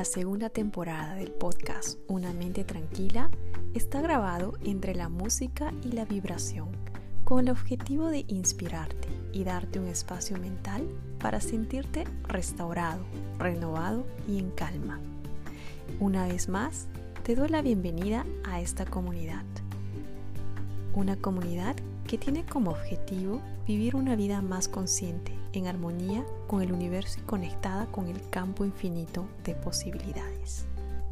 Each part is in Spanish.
La segunda temporada del podcast Una mente tranquila está grabado entre la música y la vibración, con el objetivo de inspirarte y darte un espacio mental para sentirte restaurado, renovado y en calma. Una vez más, te doy la bienvenida a esta comunidad. Una comunidad que tiene como objetivo vivir una vida más consciente, en armonía con el universo y conectada con el campo infinito de posibilidades.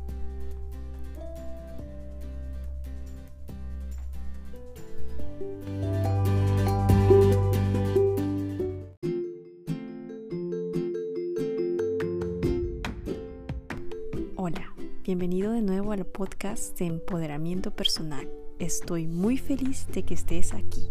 Hola, bienvenido de nuevo al podcast de empoderamiento personal. Estoy muy feliz de que estés aquí.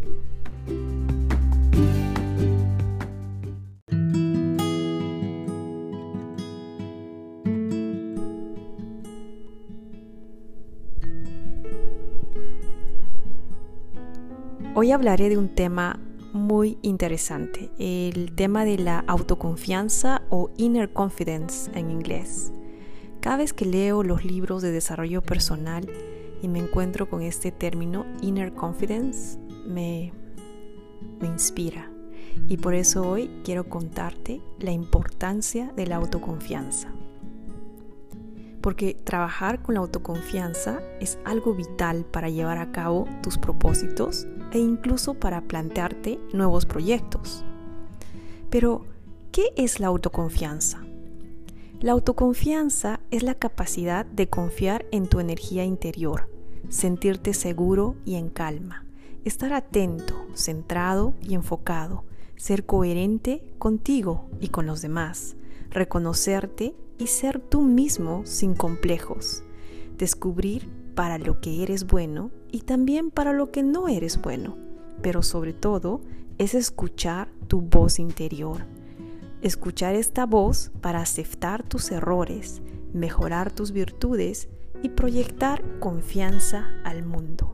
Hoy hablaré de un tema muy interesante, el tema de la autoconfianza o inner confidence en inglés. Cada vez que leo los libros de desarrollo personal y me encuentro con este término inner confidence, me inspira. Y por eso hoy quiero contarte la importancia de la autoconfianza. Porque trabajar con la autoconfianza es algo vital para llevar a cabo tus propósitos e incluso para plantearte nuevos proyectos. Pero, ¿qué es la autoconfianza? La autoconfianza es la capacidad de confiar en tu energía interior, sentirte seguro y en calma, estar atento, centrado y enfocado, ser coherente contigo y con los demás, reconocerte y ser tú mismo sin complejos, descubrir para lo que eres bueno y también para lo que no eres bueno, pero sobre todo es escuchar tu voz interior. Escuchar esta voz para aceptar tus errores, mejorar tus virtudes y proyectar confianza al mundo.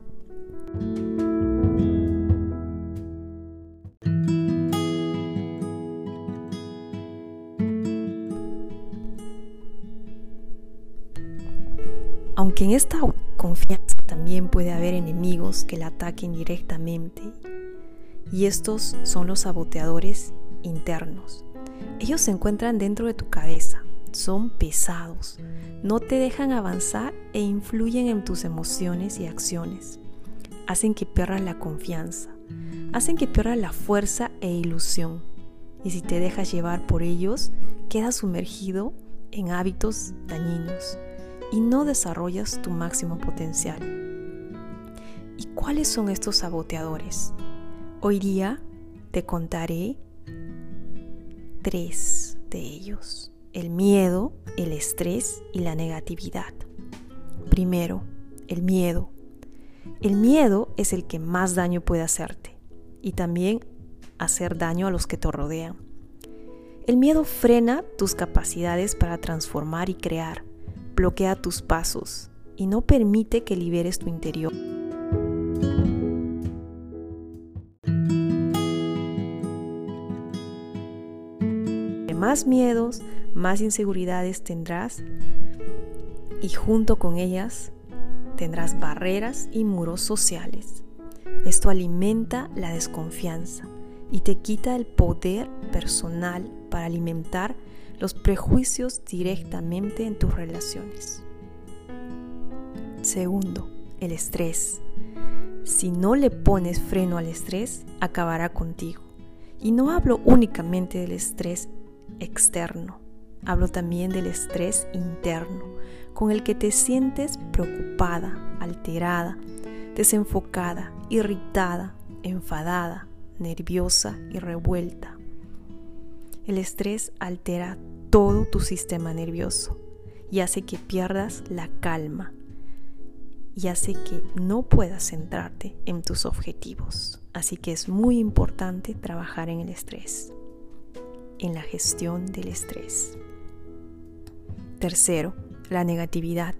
Aunque en esta confianza también puede haber enemigos que la ataquen directamente, y estos son los saboteadores internos. Ellos se encuentran dentro de tu cabeza, son pesados, no te dejan avanzar e influyen en tus emociones y acciones. Hacen que pierdas la confianza, hacen que pierdas la fuerza e ilusión. Y si te dejas llevar por ellos, quedas sumergido en hábitos dañinos y no desarrollas tu máximo potencial. ¿Y cuáles son estos saboteadores? Hoy día te contaré 3 de ellos: el miedo, el estrés y la negatividad. Primero, el miedo. El miedo es el que más daño puede hacerte y también hacer daño a los que te rodean. El miedo frena tus capacidades para transformar y crear, bloquea tus pasos y no permite que liberes tu interior. Más miedos, más inseguridades tendrás y junto con ellas tendrás barreras y muros sociales. Esto alimenta la desconfianza y te quita el poder personal para alimentar los prejuicios directamente en tus relaciones. Segundo, el estrés. Si no le pones freno al estrés, acabará contigo. Y no hablo únicamente del estrés externo, hablo también del estrés interno, con el que te sientes preocupada, alterada, desenfocada, irritada, enfadada, nerviosa y revuelta. El estrés altera todo tu sistema nervioso y hace que pierdas la calma y hace que no puedas centrarte en tus objetivos. Así que es muy importante trabajar en el estrés, en la gestión del estrés. Tercero, la negatividad.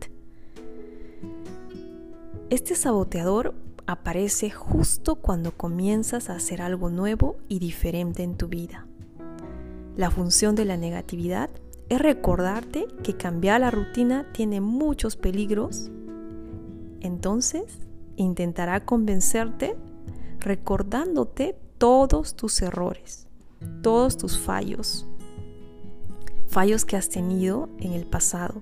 Este saboteador aparece justo cuando comienzas a hacer algo nuevo y diferente en tu vida. La función de la negatividad es recordarte que cambiar la rutina tiene muchos peligros. Entonces, intentará convencerte recordándote todos tus errores, todos tus fallos que has tenido en el pasado.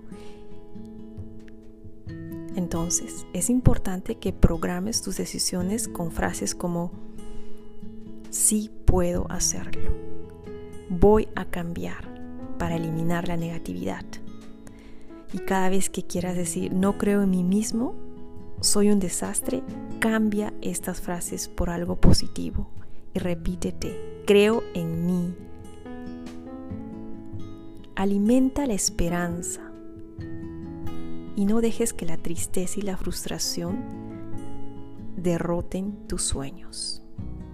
Entonces, es importante que programes tus decisiones con frases como: sí puedo hacerlo, voy a cambiar, para eliminar la negatividad. Y cada vez que quieras decir no creo en mí mismo, soy un desastre, cambia estas frases por algo positivo y repítete: creo en mí. Alimenta la esperanza y no dejes que la tristeza y la frustración derroten tus sueños.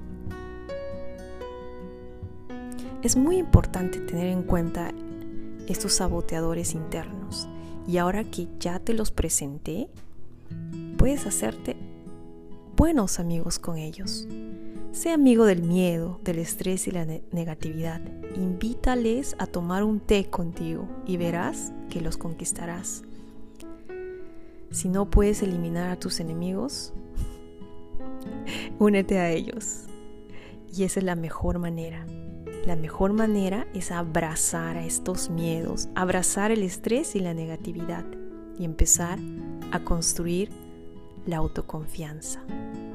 Es muy importante tener en cuenta estos saboteadores internos, y ahora que ya te los presenté, puedes hacerte buenos amigos con ellos. Sé amigo del miedo, del estrés y la negatividad. Invítales a tomar un té contigo y verás que los conquistarás. Si no puedes eliminar a tus enemigos, únete a ellos. Y esa es la mejor manera. La mejor manera es abrazar a estos miedos, abrazar el estrés y la negatividad y empezar a construir la autoconfianza.